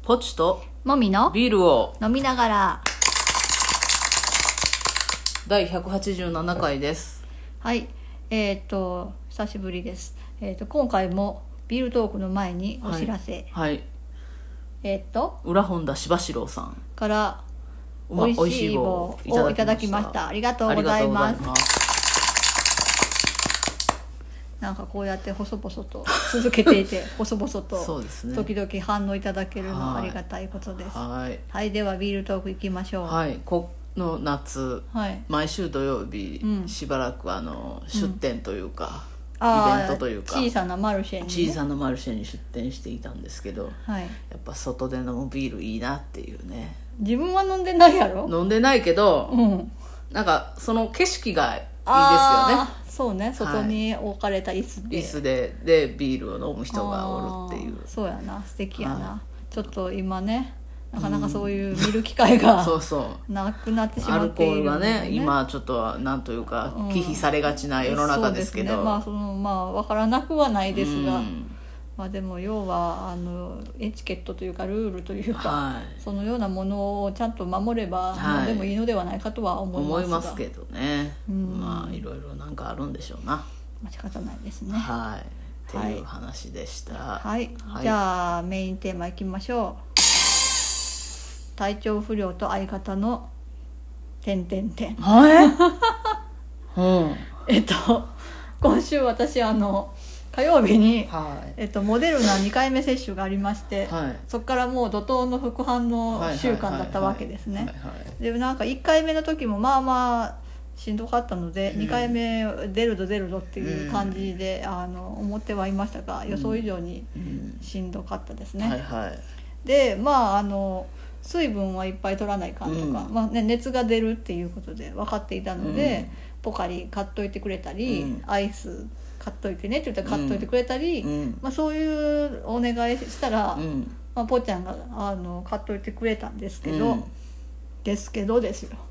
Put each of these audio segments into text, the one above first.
ポチともみのビールを飲みながら。 第187回です。 はい、久しぶりです。今回もビールトークの前にお知らせ、 はい、裏本田柴四郎さんからおいしい棒をいただきました。ありがとうございます。なんかこうやって細々と続けていて細々とそうですね、 時々反応いただけるのはありがたいことです。はい、はい、ではビールトークいきましょう。 はい、この夏、はい、毎週土曜日、しばらく出店というか、イベントというか小さなマルシェに、 小さなマルシェに出店していたんですけど、はい、やっぱ外で飲むビールいいなっていうね。 自分は飲んでないやろ。 飲んでないけど、なんかその景色がいいですよね。 そうね、外に置かれた椅子でビールを飲む人がおるっていう。 そうやな、素敵やな、はい、ちょっと今ねなかなかそういう見る機会がそうそうなくなってしまっている、 アルコールがね今ちょっとなんというか忌避されがちな世の中ですけど、 そうですね、分からなくはないですが、でも要はエチケットというかルールというか、はい、そのようなものをちゃんと守れば、はい、でもいいのではないかとは思いますけどね、いろいろなんかあるんでしょうな。 仕方ないですね。 はい、っていう話でした。 はい、はい、じゃあメインテーマいきましょう。体調不良と相方のはい、 今週私火曜日に、モデルナ2回目接種がありまして、そこからもう怒涛の副反応週間だったわけですね。でなんか1回目の時もまあまあしんどかったので、2回目出るぞっていう感じで、思ってはいましたが、予想以上にしんどかったですね。で水分はいっぱい取らないかんとか、熱が出るっていうことで分かっていたので、ポカリ買っといてくれたり、アイス買っといてねって言ったら買っといてくれたり、そういうお願いしたら、ぽっちゃんが買っといてくれたんですけど、ですよ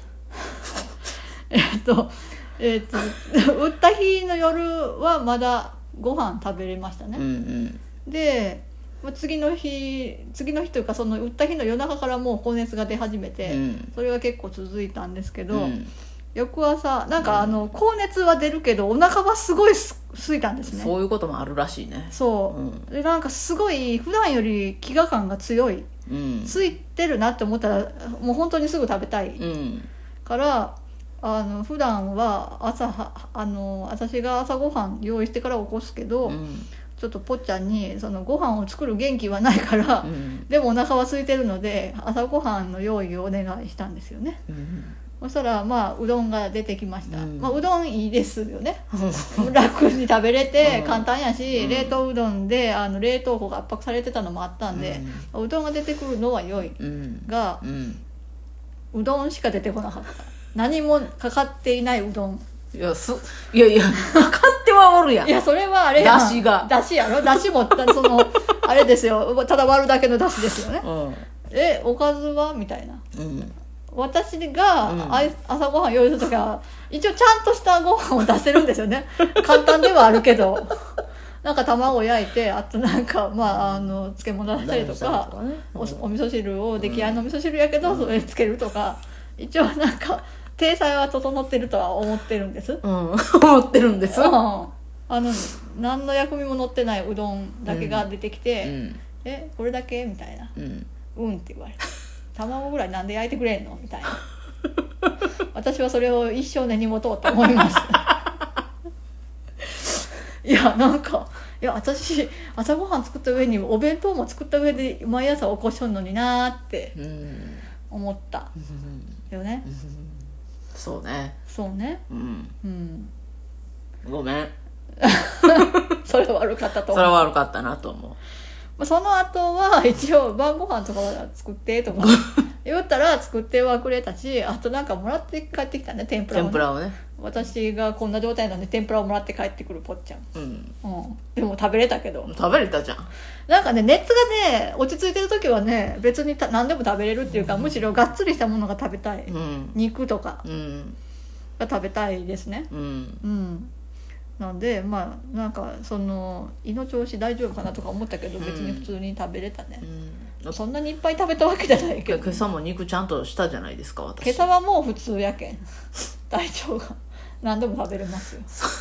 打った日の夜はまだご飯食べれましたね。で次の日というか、その打った日の夜中からもう高熱が出始めて、それが結構続いたんですけど、翌朝なんか高熱は出るけどお腹はすごい空いたんですね。 そういうこともあるらしいね。 そう、でなんかすごい普段より飢餓感が強い、空いてるなって思ったらもう本当にすぐ食べたい、から、普段は私が朝ごはん用意してから起こすけど、ちょっとぽっちゃんにそのご飯を作る元気はないから、でもお腹は空いてるので朝ごはんの用意をお願いしたんですよね。そしたらうどんが出てきました。うどんいいですよね楽に食べれて簡単やし、冷凍うどんで冷凍庫が圧迫されてたのもあったんで、うどんが出てくるのは良い、が、うどんしか出てこなかった。何もかかっていないうどん。 いやかかってはおるやん。 いやそれはあれやん、 だしがだしやろ。だしもあれですよ、ただ割るだけのだしですよね。おかずはみたいな、私が朝ごはん用意するときは一応ちゃんとしたご飯を出せるんですよね簡単ではあるけどなんか卵焼いて、あとなんか漬物出したりとか、お味噌汁を出来合いの味噌汁やけどそれつけるとか、一応なんか体裁は整ってるとは思ってるんです、 思ってるんです。 何の薬味も乗ってないうどんだけが出てきて、これだけみたいな、って言われて、卵ぐらいなんで焼いてくれんのみたいな私はそれを一生根に持とうと思いますいや私朝ごはん作った上にお弁当も作った上で毎朝起こしとんのになーって思ったよね。 そうねごめんそれは悪かったと思う。 それは悪かったなと思う。 その後は一応晩ご飯とかは作ってとか言ったら作ってはくれたし、あとなんかもらって帰ってきたね、天ぷらをね。私がこんな状態なんで天ぷらをもらって帰ってくるぽっちゃん、でも食べれたけど。 食べれたじゃん。 なんかね、熱がね落ち着いてる時はね別に何でも食べれるっていうか、むしろがっつりしたものが食べたい、肉とかが食べたいですね。なんでなんか胃の調子大丈夫かなとか思ったけど、別に普通に食べれたね。 そんなにいっぱい食べたわけじゃないけど、 今朝も肉ちゃんとしたじゃないですか。私今朝はもう普通やけん体調が何でも食べれますよ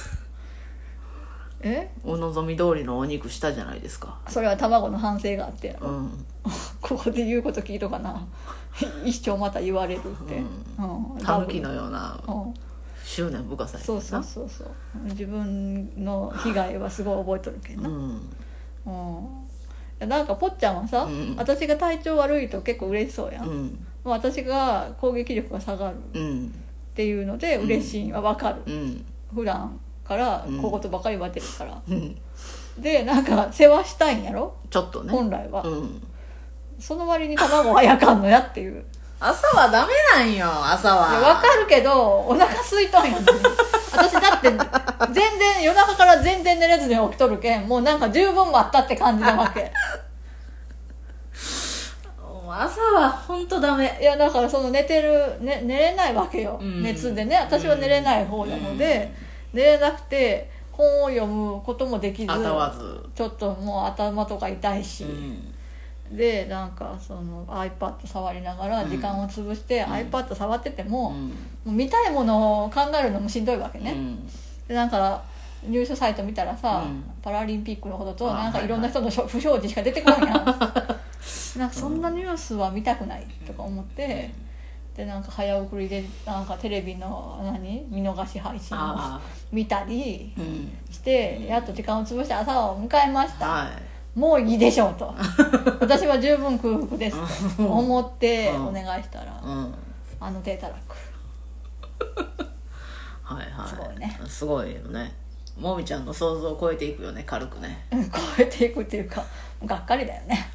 お望み通りのお肉したじゃないですか。 それは卵の反省があってやろ、ここで言うこと聞いとかな一生また言われるって、 タヌキのような執念深さやな。 そう自分の被害はすごい覚えとるけんな。なんかぽっちゃんはさ、私が体調悪いと結構嬉しそうやん、私が攻撃力が下がるっていうので嬉しいのは分かる、普段から小言ばかり言われてるから、でなんか世話したいんやろちょっとね本来は、その割に卵はやかんのやっていう朝はダメなんよ。朝は分かるけどお腹空いとんやん私だって全然夜中から全然寝れずに起きとるけん、もうなんか十分待ったって感じなわけ朝は本当ダメ。 いやだからその寝れないわけよ、熱でね。私は寝れない方なので、寝れなくて本を読むこともできず、ちょっともう頭とか痛いし、でなんかその iPad 触りながら時間を潰して、iPad 触ってても、もう見たいものを考えるのもしんどいわけね、でなんかニュースサイト見たらさ、パラリンピックのこととなんかいろんな人の不祥事しか出てこんやんなんかそんなニュースは見たくないとか思って、でなんか早送りでなんかテレビの見逃し配信を見たりして、やっと時間を潰して朝を迎えました、もういいでしょうと私は十分空腹ですと思ってお願いしたら、あの手たらくすごいね。 すごいよね。もみちゃんの想像を超えていくよね、軽くね。 超えていくっていうかがっかりだよね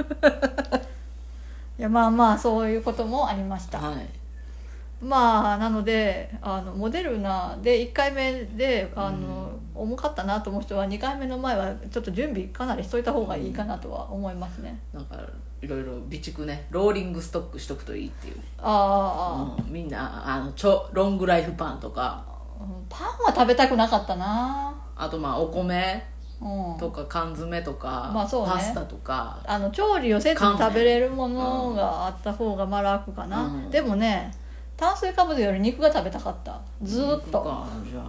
いやまあまあそういうこともありました、まあなのでモデルナで1回目で重かったなと思う人は2回目の前はちょっと準備かなりしといた方がいいかなとは思いますね。 なんかいろいろ備蓄ね、ローリングストックしとくといいっていう。みんなロングライフパンとか、 パンは食べたくなかったな。 あとお米とか缶詰とか、パスタとか調理をせずに食べれるものがあった方が楽かな、でもね炭水化物より肉が食べたかった。ずーっと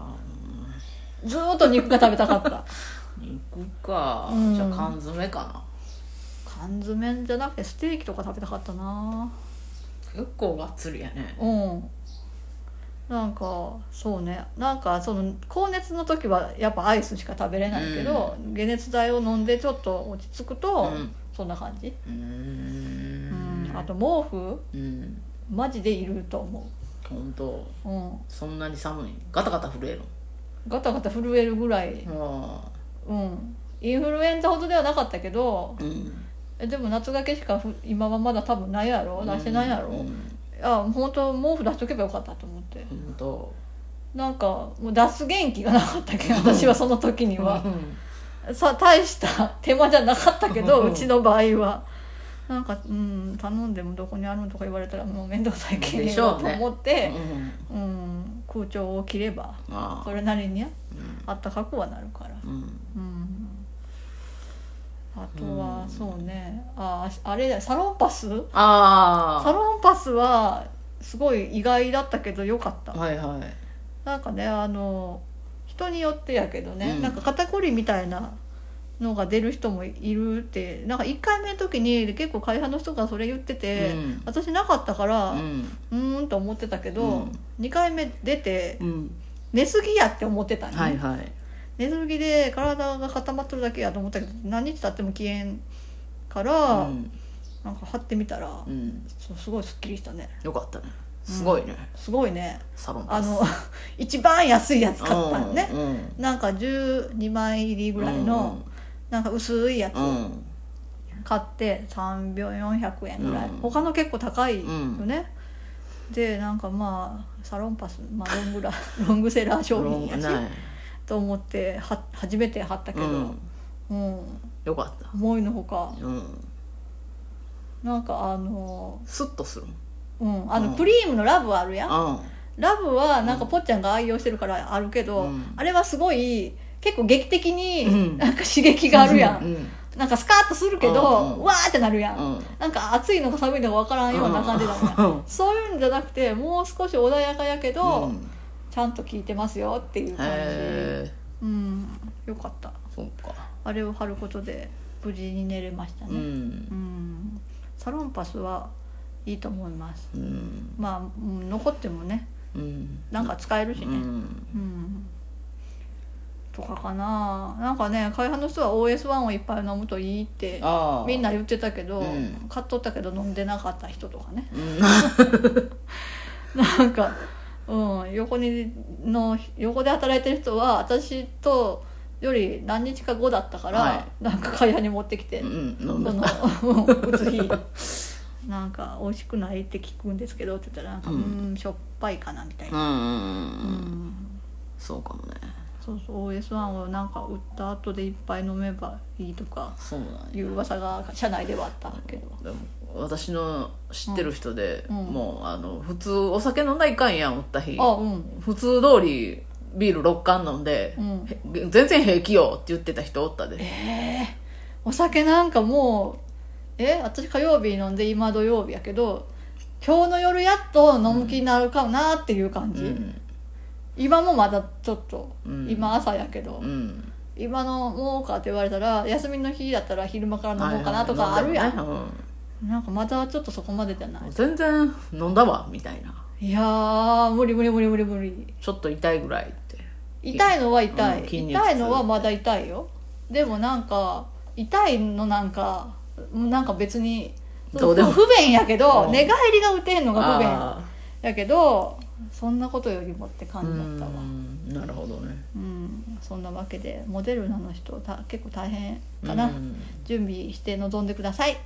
肉が食べたかった肉か、じゃあ缶詰かな。 缶詰じゃなくてステーキとか食べたかったな。 結構がっつりやね。 なんかそうね、なんかその高熱の時はやっぱアイスしか食べれないけど、解熱剤を飲んでちょっと落ち着くと、そんな感じ。あと毛布、マジでいると思う。 本当。そんなに寒い？ガタガタ震える？ ガタガタ震えるぐらい。インフルエンザほどではなかったけど、でも夏掛けしか今はまだ多分ないやろ、出してないやろ。本当毛布出しとけばよかったと思って。なんかもう出す元気がなかったけど、私はその時には大した手間じゃなかったけど、うちの場合はなんか頼んでもどこにあるんとか言われたらもう面倒くさいけんと思って、空調を切ればそれなりにあったかくはなるから。あとはそうね、あれだ、サロンパスはすごい意外だったけどよかった。なんかね人によってやけどね、なんか肩こりみたいなのが出る人もいるって、なんか1回目の時に結構会社の人がそれ言ってて、私なかったからと思ってたけど、2回目出て、寝すぎやって思ってたね。寝すぎで体が固まってるだけやと思ったけど、何日経っても消えんから、なんか貼ってみたら、すごいすっきりしたね。 よかったね。すごいね。 すごいね。 サロンパス一番安いやつ買ったのね。なんか12枚入りぐらいのなんか薄いやつ買って400円ぐらい。他の結構高いよね。でなんかサロンパス、ロングセラー商品やしと思って初めて貼ったけど、 よかった。 思いのほか、なんかスッとする。 プリームのラブあるやん。ラブはなんかぽっちゃんが愛用してるからあるけど、あれはすごい結構劇的になんか刺激があるやん。 なんかスカーッとするけど、わーってなるやん、なんか暑いのか寒いのか分からんような感じだもんや、そういうんじゃなくてもう少し穏やかやけど、ちゃんと聞いてますよっていう感じ。よかった。 そうか。 あれを貼ることで無事に寝れましたね。サロンパスはいいと思います。まあ残ってもね、なんか使えるしね。とかかな。なんかね、会派の人は OS1 をいっぱい飲むといいってみんな言ってたけど、買っとったけど飲んでなかった人とかね、なんか、横で働いてる人は私とより何日か後だったから、なんか会派に持ってきて、打つ日なんか美味しくないって聞くんですけどって言ったら、なんかしょっぱいかなみたいな。 そうかもね。 そうそう、 OS1 をなんか打った後でいっぱい飲めばいいとかいう噂が社内ではあったけど、 でも私の知ってる人で、もう普通お酒飲んだらいかんやん打った日、普通通りビール6缶飲んで、全然平気よって言ってた人おったで。 お酒なんかもう私火曜日飲んで今土曜日やけど、今日の夜やっと飲む気になるかなっていう感じ。今もまだちょっと、今朝やけど、今飲もうかって言われたら、休みの日だったら昼間から飲もうかなとかあるやん、なんかまだちょっとそこまでじゃない。 全然飲んだわみたいな。 いやー、無理。 ちょっと痛いぐらいって。 痛いのは痛い、痛いのはまだ痛いよ。でもなんか痛いのなんか別にどうでも不便やけど、寝返りが打てんのが不便やけど、そんなことよりもって感じだったわ。 なるほどね。 そんなわけでモデルナの人結構大変かな、準備して臨んでください。